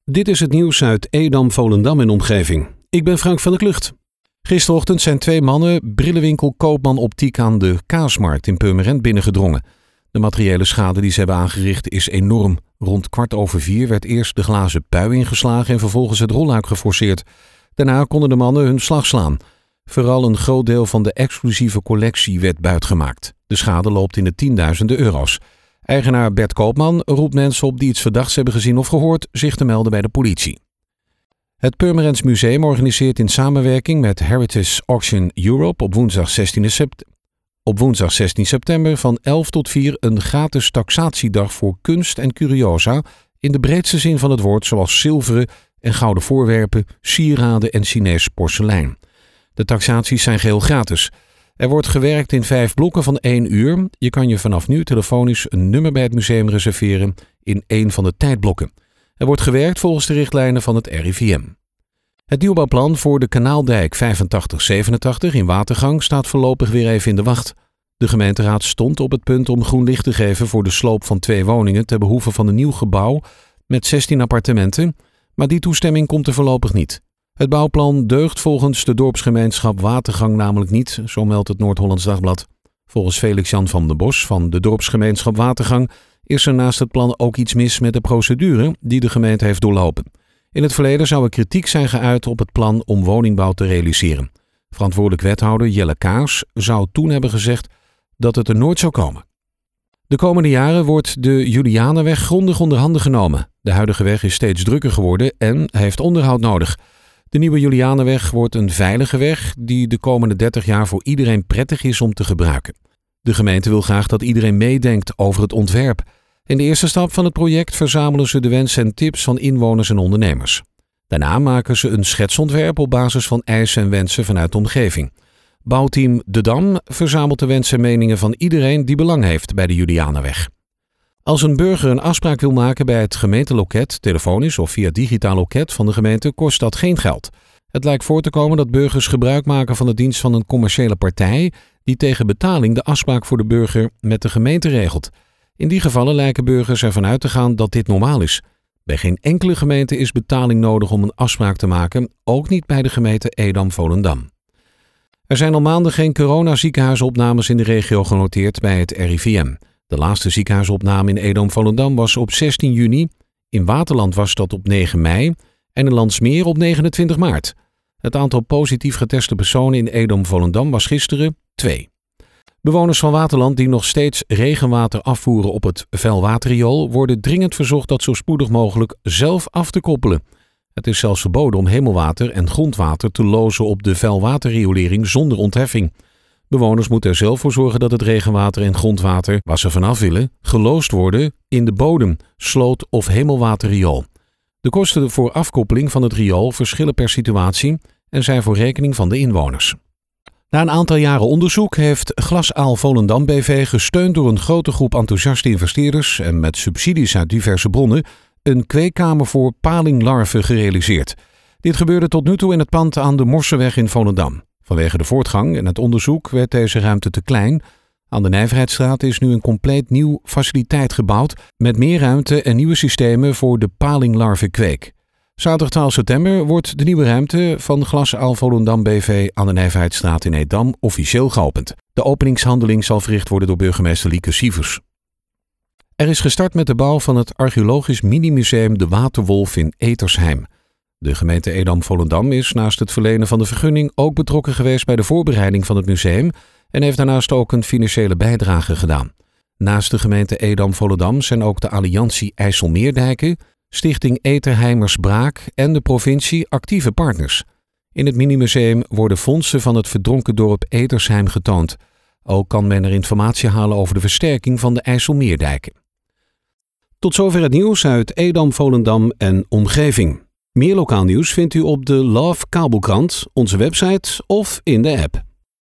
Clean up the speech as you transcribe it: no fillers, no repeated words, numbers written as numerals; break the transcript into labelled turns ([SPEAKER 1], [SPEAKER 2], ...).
[SPEAKER 1] Dit is het nieuws uit Edam, Volendam en omgeving. Ik ben Frank van der Klucht. Gisterochtend zijn 2 mannen brillenwinkel Koopman Optiek aan de Kaasmarkt in Purmerend binnengedrongen. De materiële schade die ze hebben aangericht is enorm. Rond 3:15 werd eerst de glazen pui ingeslagen en vervolgens het rolluik geforceerd. Daarna konden de mannen hun slag slaan. Vooral een groot deel van de exclusieve collectie werd buitgemaakt. De schade loopt in de tienduizenden euro's. Eigenaar Bert Koopman roept mensen op die iets verdachts hebben gezien of gehoord zich te melden bij de politie. Het Purmerends Museum organiseert in samenwerking met Heritage Auction Europe op woensdag 16 september van 11 tot 4 een gratis taxatiedag voor kunst en curiosa in de breedste zin van het woord, zoals zilveren en gouden voorwerpen, sieraden en Chinees porselein. De taxaties zijn geheel gratis. Er wordt gewerkt in 5 blokken van 1 uur. Je kan je vanaf nu telefonisch een nummer bij het museum reserveren in 1 van de tijdblokken. Er wordt gewerkt volgens de richtlijnen van het RIVM. Het nieuwbouwplan voor de Kanaaldijk 8587 in Watergang staat voorlopig weer even in de wacht. De gemeenteraad stond op het punt om groen licht te geven voor de sloop van 2 woningen ter behoeve van een nieuw gebouw met 16 appartementen, maar die toestemming komt er voorlopig niet. Het bouwplan deugt volgens de dorpsgemeenschap Watergang namelijk niet, zo meldt het Noord-Hollands Dagblad. Volgens Felix-Jan van den Bos van de dorpsgemeenschap Watergang is er naast het plan ook iets mis met de procedure die de gemeente heeft doorlopen. In het verleden zou er kritiek zijn geuit op het plan om woningbouw te realiseren. Verantwoordelijk wethouder Jelle Kaars zou toen hebben gezegd dat het er nooit zou komen. De komende jaren wordt de Julianenweg grondig onder handen genomen. De huidige weg is steeds drukker geworden en heeft onderhoud nodig. De nieuwe Julianenweg wordt een veilige weg die de komende 30 jaar voor iedereen prettig is om te gebruiken. De gemeente wil graag dat iedereen meedenkt over het ontwerp. In de eerste stap van het project verzamelen ze de wensen en tips van inwoners en ondernemers. Daarna maken ze een schetsontwerp op basis van eisen en wensen vanuit de omgeving. Bouwteam De Dam verzamelt de wensen en meningen van iedereen die belang heeft bij de Julianenweg. Als een burger een afspraak wil maken bij het gemeenteloket, telefonisch of via digitaal loket van de gemeente, kost dat geen geld. Het lijkt voor te komen dat burgers gebruik maken van de dienst van een commerciële partij die tegen betaling de afspraak voor de burger met de gemeente regelt. In die gevallen lijken burgers ervan uit te gaan dat dit normaal is. Bij geen enkele gemeente is betaling nodig om een afspraak te maken, ook niet bij de gemeente Edam-Volendam. Er zijn al maanden geen coronaziekenhuisopnames in de regio genoteerd bij het RIVM. De laatste ziekenhuisopname in Edam-Volendam was op 16 juni, in Waterland was dat op 9 mei en in Landsmeer op 29 maart. Het aantal positief geteste personen in Edam-Volendam was gisteren 2. Bewoners van Waterland die nog steeds regenwater afvoeren op het vuilwaterriool worden dringend verzocht dat zo spoedig mogelijk zelf af te koppelen. Het is zelfs verboden om hemelwater en grondwater te lozen op de vuilwaterriolering zonder ontheffing. Bewoners moeten er zelf voor zorgen dat het regenwater en grondwater, waar ze vanaf willen, geloosd worden in de bodem, sloot of hemelwaterriool. De kosten voor afkoppeling van het riool verschillen per situatie en zijn voor rekening van de inwoners. Na een aantal jaren onderzoek heeft Glasaal Volendam BV gesteund door een grote groep enthousiaste investeerders en met subsidies uit diverse bronnen een kweekkamer voor palinglarven gerealiseerd. Dit gebeurde tot nu toe in het pand aan de Morseweg in Volendam. Vanwege de voortgang en het onderzoek werd deze ruimte te klein. Aan de Nijverheidsstraat is nu een compleet nieuw faciliteit gebouwd met meer ruimte en nieuwe systemen voor de palinglarvenkweek. Zaterdag 12 september wordt de nieuwe ruimte van Glasaal Volendam BV aan de Nijverheidsstraat in Edam officieel geopend. De openingshandeling zal verricht worden door burgemeester Lieke Sievers. Er is gestart met de bouw van het archeologisch minimuseum De Waterwolf in Etersheim. De gemeente Edam-Volendam is naast het verlenen van de vergunning ook betrokken geweest bij de voorbereiding van het museum en heeft daarnaast ook een financiële bijdrage gedaan. Naast de gemeente Edam-Volendam zijn ook de Alliantie IJsselmeerdijken, Stichting Eterheimers Braak en de provincie actieve partners. In het minimuseum worden fondsen van het verdronken dorp Etersheim getoond. Ook kan men er informatie halen over de versterking van de IJsselmeerdijken. Tot zover het nieuws uit Edam, Volendam en omgeving. Meer lokaal nieuws vindt u op de Love Kabelkrant, onze website of in de app.